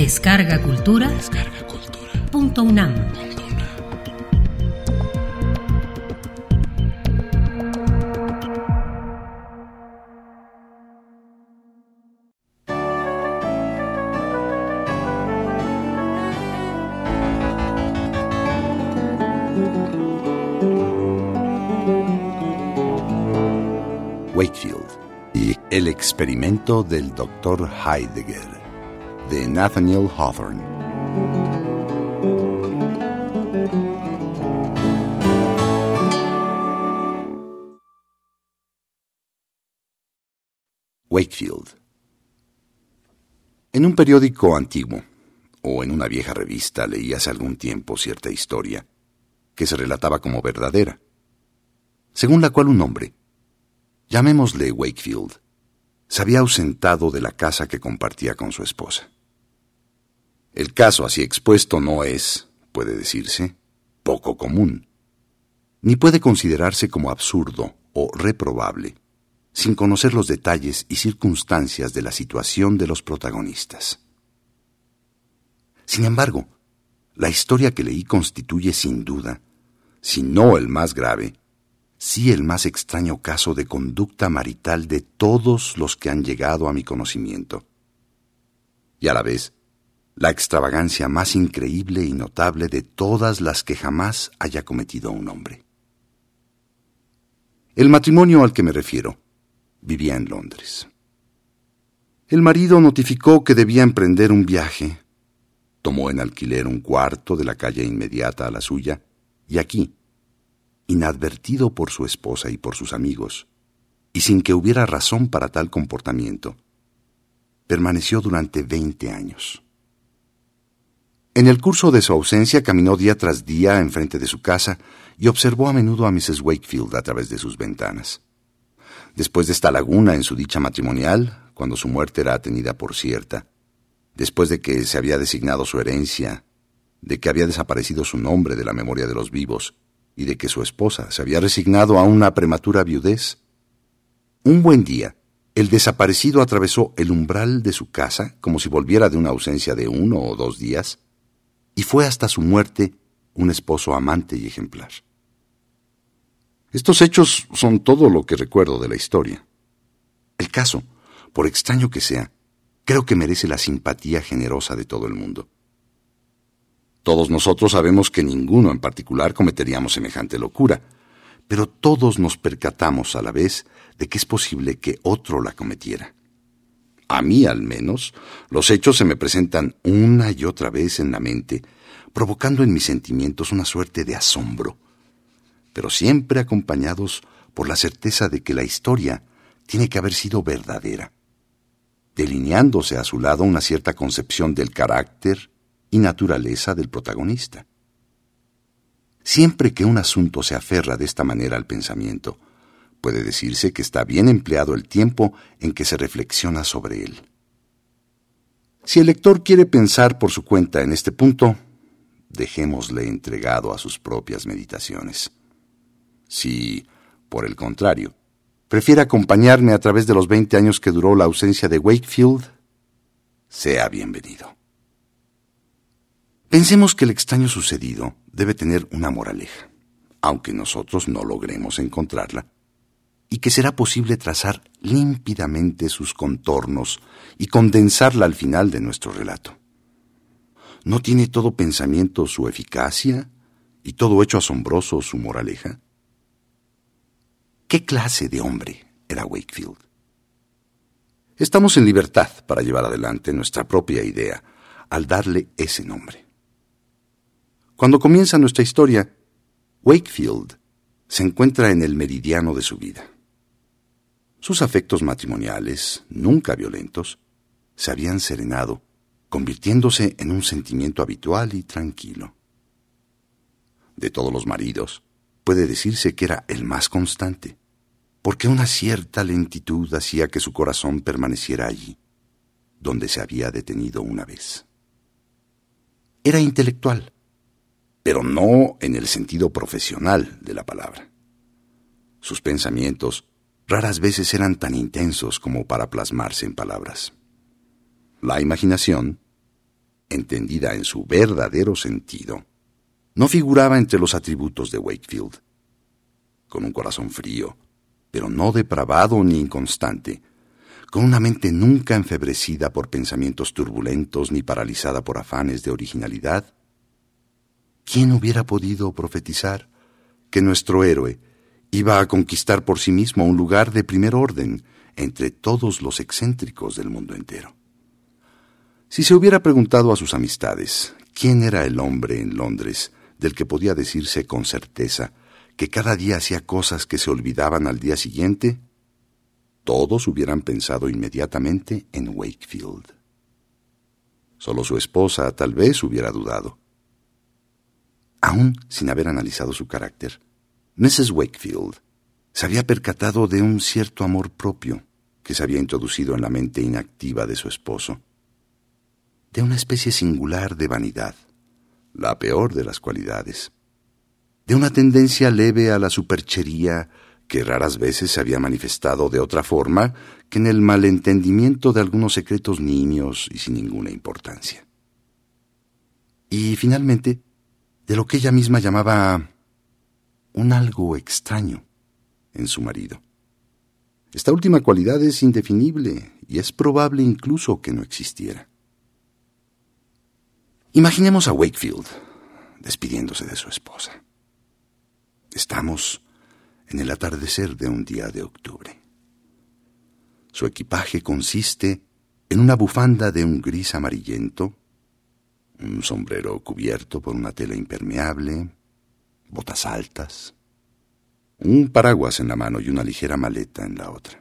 Descarga Cultura. .unam. Wakefield y El experimento del Dr. Heidegger, de Nathaniel Hawthorne. Wakefield. En un periódico antiguo, o en una vieja revista, leí hace algún tiempo cierta historia que se relataba como verdadera, según la cual un hombre, llamémosle Wakefield, se había ausentado de la casa que compartía con su esposa. El caso así expuesto no es, puede decirse, poco común, ni puede considerarse como absurdo o reprobable, sin conocer los detalles y circunstancias de la situación de los protagonistas. Sin embargo, la historia que leí constituye sin duda, si no el más grave, sí el más extraño caso de conducta marital de todos los que han llegado a mi conocimiento, y a la vez la extravagancia más increíble y notable de todas las que jamás haya cometido un hombre. El matrimonio al que me refiero vivía en Londres. El marido notificó que debía emprender un viaje, tomó en alquiler un cuarto de la calle inmediata a la suya, y aquí, inadvertido por su esposa y por sus amigos, y sin que hubiera razón para tal comportamiento, permaneció durante 20 años. En el curso de su ausencia caminó día tras día enfrente de su casa y observó a menudo a Mrs. Wakefield a través de sus ventanas. Después de esta laguna en su dicha matrimonial, cuando su muerte era tenida por cierta, después de que se había designado su herencia, de que había desaparecido su nombre de la memoria de los vivos, y de que su esposa se había resignado a una prematura viudez, un buen día, el desaparecido atravesó el umbral de su casa como si volviera de una ausencia de 1 o 2 días, y fue hasta su muerte un esposo amante y ejemplar. Estos hechos son todo lo que recuerdo de la historia. El caso, por extraño que sea, creo que merece la simpatía generosa de todo el mundo. Todos nosotros sabemos que ninguno en particular cometeríamos semejante locura, pero todos nos percatamos a la vez de que es posible que otro la cometiera. A mí, al menos, los hechos se me presentan una y otra vez en la mente, provocando en mis sentimientos una suerte de asombro, pero siempre acompañados por la certeza de que la historia tiene que haber sido verdadera, delineándose a su lado una cierta concepción del carácter y naturaleza del protagonista. Siempre que un asunto se aferra de esta manera al pensamiento, puede decirse que está bien empleado el tiempo en que se reflexiona sobre él. Si el lector quiere pensar por su cuenta en este punto, dejémosle entregado a sus propias meditaciones. Si, por el contrario, prefiere acompañarme a través de los 20 años que duró la ausencia de Wakefield, sea bienvenido. Pensemos que el extraño sucedido debe tener una moraleja, aunque nosotros no logremos encontrarla, y que será posible trazar límpidamente sus contornos y condensarla al final de nuestro relato. ¿No tiene todo pensamiento su eficacia y todo hecho asombroso su moraleja? ¿Qué clase de hombre era Wakefield? Estamos en libertad para llevar adelante nuestra propia idea al darle ese nombre. Cuando comienza nuestra historia, Wakefield se encuentra en el meridiano de su vida. Sus afectos matrimoniales, nunca violentos, se habían serenado, convirtiéndose en un sentimiento habitual y tranquilo. De todos los maridos, puede decirse que era el más constante, porque una cierta lentitud hacía que su corazón permaneciera allí, donde se había detenido una vez. Era intelectual, pero no en el sentido profesional de la palabra. Sus pensamientos raras veces eran tan intensos como para plasmarse en palabras. La imaginación, entendida en su verdadero sentido, no figuraba entre los atributos de Wakefield. Con un corazón frío, pero no depravado ni inconstante, con una mente nunca enfebrecida por pensamientos turbulentos ni paralizada por afanes de originalidad, ¿quién hubiera podido profetizar que nuestro héroe iba a conquistar por sí mismo un lugar de primer orden entre todos los excéntricos del mundo entero? Si se hubiera preguntado a sus amistades quién era el hombre en Londres del que podía decirse con certeza que cada día hacía cosas que se olvidaban al día siguiente, todos hubieran pensado inmediatamente en Wakefield. Solo su esposa tal vez hubiera dudado. Aún sin haber analizado su carácter, Mrs. Wakefield se había percatado de un cierto amor propio que se había introducido en la mente inactiva de su esposo, de una especie singular de vanidad, la peor de las cualidades, de una tendencia leve a la superchería que raras veces se había manifestado de otra forma que en el malentendimiento de algunos secretos nimios y sin ninguna importancia. Y finalmente, de lo que ella misma llamaba un algo extraño en su marido. Esta última cualidad es indefinible y es probable incluso que no existiera. Imaginemos a Wakefield despidiéndose de su esposa. Estamos en el atardecer de un día de octubre. Su equipaje consiste en una bufanda de un gris amarillento, un sombrero cubierto por una tela impermeable, botas altas, un paraguas en la mano y una ligera maleta en la otra.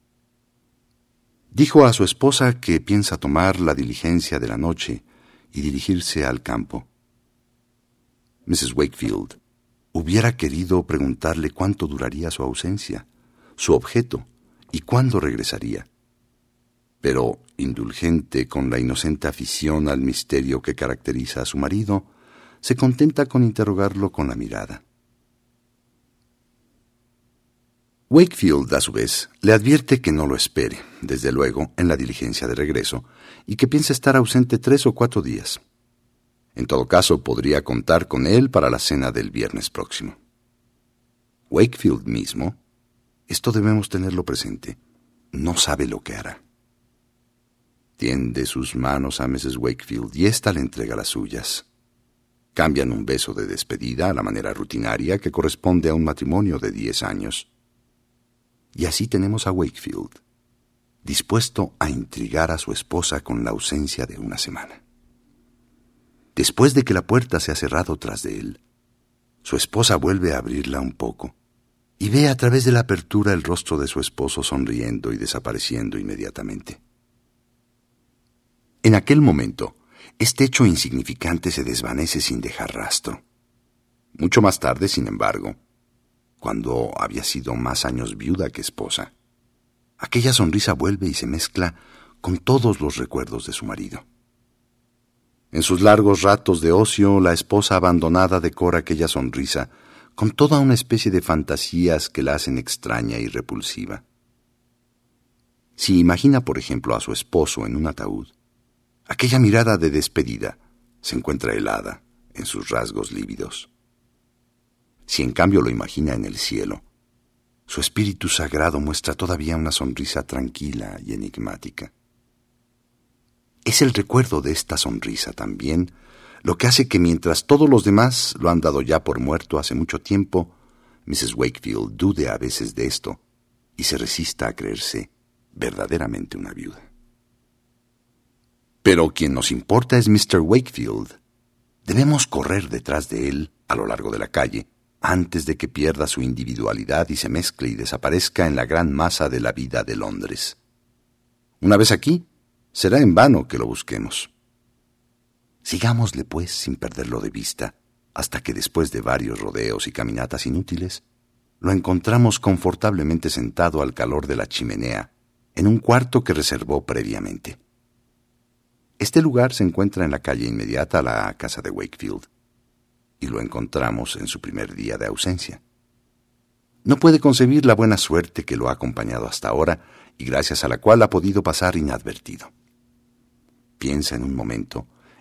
Dijo a su esposa que piensa tomar la diligencia de la noche y dirigirse al campo. Mrs. Wakefield hubiera querido preguntarle cuánto duraría su ausencia, su objeto y cuándo regresaría. Pero, indulgente con la inocente afición al misterio que caracteriza a su marido, se contenta con interrogarlo con la mirada. Wakefield, a su vez, le advierte que no lo espere, desde luego, en la diligencia de regreso, y que piensa estar ausente 3 o 4 días. En todo caso, podría contar con él para la cena del viernes próximo. Wakefield mismo, esto debemos tenerlo presente, no sabe lo que hará. Tiende sus manos a Mrs. Wakefield y ésta le entrega las suyas. Cambian un beso de despedida a la manera rutinaria que corresponde a un matrimonio de 10 años. Y así tenemos a Wakefield, dispuesto a intrigar a su esposa con la ausencia de una semana. Después de que la puerta se ha cerrado tras de él, su esposa vuelve a abrirla un poco y ve a través de la apertura el rostro de su esposo sonriendo y desapareciendo inmediatamente. En aquel momento, este hecho insignificante se desvanece sin dejar rastro. Mucho más tarde, sin embargo, cuando había sido más años viuda que esposa, aquella sonrisa vuelve y se mezcla con todos los recuerdos de su marido. En sus largos ratos de ocio, la esposa abandonada decora aquella sonrisa con toda una especie de fantasías que la hacen extraña y repulsiva. Si imagina, por ejemplo, a su esposo en un ataúd, aquella mirada de despedida se encuentra helada en sus rasgos lívidos. Si en cambio lo imagina en el cielo, su espíritu sagrado muestra todavía una sonrisa tranquila y enigmática. Es el recuerdo de esta sonrisa también lo que hace que mientras todos los demás lo han dado ya por muerto hace mucho tiempo, Mrs. Wakefield dude a veces de esto y se resista a creerse verdaderamente una viuda. Pero quien nos importa es Mr. Wakefield. Debemos correr detrás de él a lo largo de la calle antes de que pierda su individualidad y se mezcle y desaparezca en la gran masa de la vida de Londres. Una vez aquí, será en vano que lo busquemos. Sigámosle, pues, sin perderlo de vista, hasta que después de varios rodeos y caminatas inútiles, lo encontramos confortablemente sentado al calor de la chimenea, en un cuarto que reservó previamente. Este lugar se encuentra en la calle inmediata a la casa de Wakefield, y lo encontramos en su primer día de ausencia. No puede concebir la buena suerte que lo ha acompañado hasta ahora y gracias a la cual ha podido pasar inadvertido. Piensa en un momento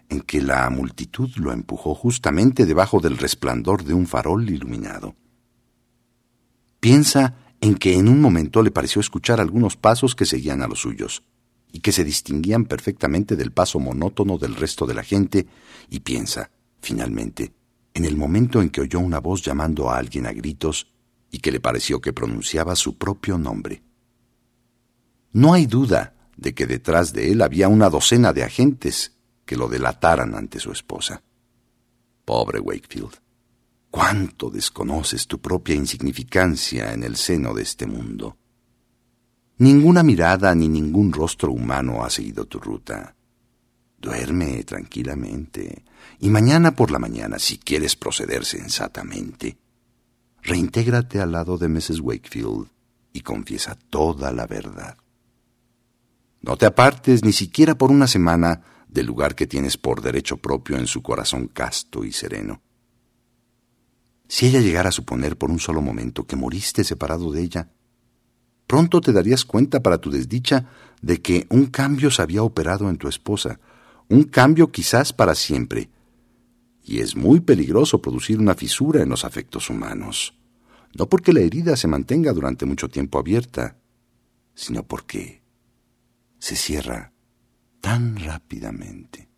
en que la multitud lo empujó justamente debajo del resplandor de un farol iluminado. Piensa en que en un momento le pareció escuchar algunos pasos que seguían a los suyos y que se distinguían perfectamente del paso monótono del resto de la gente, y piensa, finalmente, en el momento en que oyó una voz llamando a alguien a gritos y que le pareció que pronunciaba su propio nombre. No hay duda de que detrás de él había una docena de agentes que lo delataran ante su esposa. Pobre Wakefield, cuánto desconoces tu propia insignificancia en el seno de este mundo. Ninguna mirada ni ningún rostro humano ha seguido tu ruta. Duerme tranquilamente, y mañana por la mañana, si quieres proceder sensatamente, reintégrate al lado de Mrs. Wakefield y confiesa toda la verdad. No te apartes ni siquiera por una semana del lugar que tienes por derecho propio en su corazón casto y sereno. Si ella llegara a suponer por un solo momento que moriste separado de ella, pronto te darías cuenta, para tu desdicha, de que un cambio se había operado en tu esposa, un cambio quizás para siempre. Y es muy peligroso producir una fisura en los afectos humanos, no porque la herida se mantenga durante mucho tiempo abierta, sino porque se cierra tan rápidamente.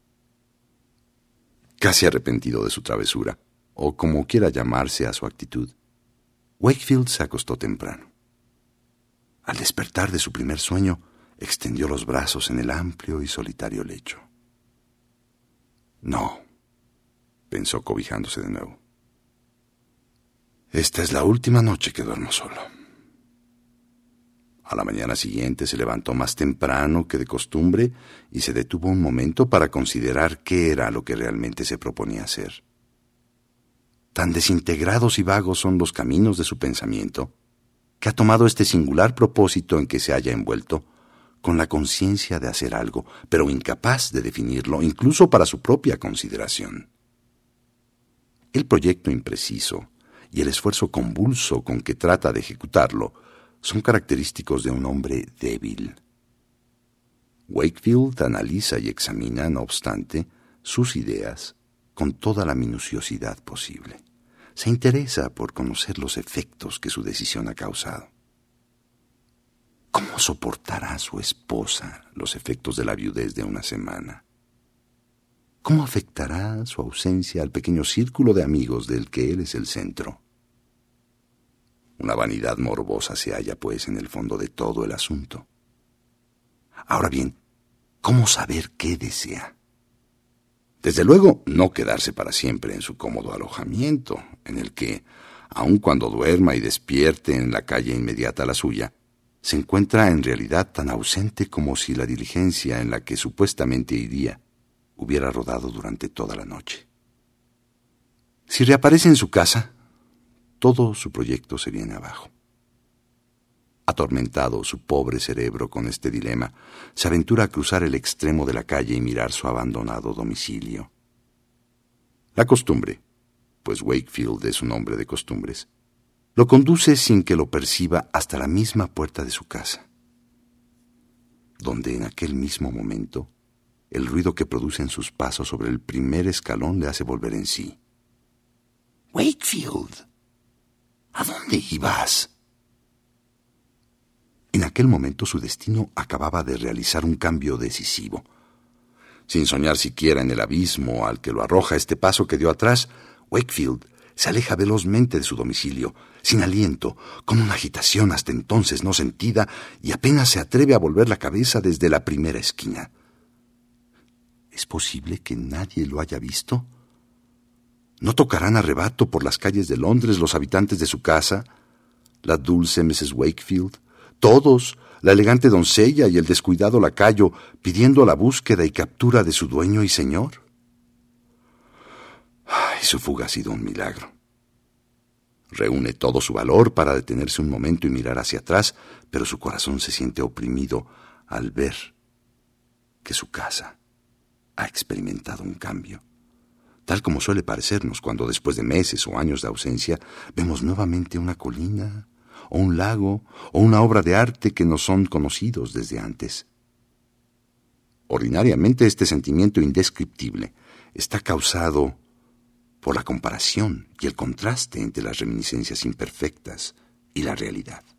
Casi arrepentido de su travesura, o como quiera llamarse a su actitud, Wakefield se acostó temprano. Al despertar de su primer sueño, extendió los brazos en el amplio y solitario lecho. No, pensó cobijándose de nuevo. Esta es la última noche que duermo solo. A la mañana siguiente se levantó más temprano que de costumbre y se detuvo un momento para considerar qué era lo que realmente se proponía hacer. Tan desintegrados y vagos son los caminos de su pensamiento, que ha tomado este singular propósito en que se haya envuelto, con la conciencia de hacer algo, pero incapaz de definirlo, incluso para su propia consideración. El proyecto impreciso y el esfuerzo convulso con que trata de ejecutarlo son característicos de un hombre débil. Wakefield analiza y examina, no obstante, sus ideas con toda la minuciosidad posible. Se interesa por conocer los efectos que su decisión ha causado. ¿Cómo soportará su esposa los efectos de la viudez de una semana? ¿Cómo afectará su ausencia al pequeño círculo de amigos del que él es el centro? Una vanidad morbosa se halla, pues, en el fondo de todo el asunto. Ahora bien, ¿cómo saber qué desea? Desde luego, no quedarse para siempre en su cómodo alojamiento, en el que, aun cuando duerma y despierte en la calle inmediata a la suya, se encuentra en realidad tan ausente como si la diligencia en la que supuestamente iría hubiera rodado durante toda la noche. Si reaparece en su casa, todo su proyecto se viene abajo. Atormentado su pobre cerebro con este dilema, se aventura a cruzar el extremo de la calle y mirar su abandonado domicilio. La costumbre, pues Wakefield es un hombre de costumbres, lo conduce sin que lo perciba hasta la misma puerta de su casa, donde en aquel mismo momento el ruido que producen sus pasos sobre el primer escalón le hace volver en sí. «Wakefield, ¿a dónde ibas?» En aquel momento su destino acababa de realizar un cambio decisivo. Sin soñar siquiera en el abismo al que lo arroja este paso que dio atrás, Wakefield se aleja velozmente de su domicilio, sin aliento, con una agitación hasta entonces no sentida, y apenas se atreve a volver la cabeza desde la primera esquina. ¿Es posible que nadie lo haya visto? ¿No tocarán a rebato por las calles de Londres los habitantes de su casa, la dulce Mrs. Wakefield, todos, la elegante doncella y el descuidado lacayo, pidiendo la búsqueda y captura de su dueño y señor? Su fuga ha sido un milagro. Reúne todo su valor para detenerse un momento y mirar hacia atrás, pero su corazón se siente oprimido al ver que su casa ha experimentado un cambio, tal como suele parecernos cuando después de meses o años de ausencia vemos nuevamente una colina, o un lago, o una obra de arte que nos son conocidos desde antes. Ordinariamente este sentimiento indescriptible está causado por la comparación y el contraste entre las reminiscencias imperfectas y la realidad.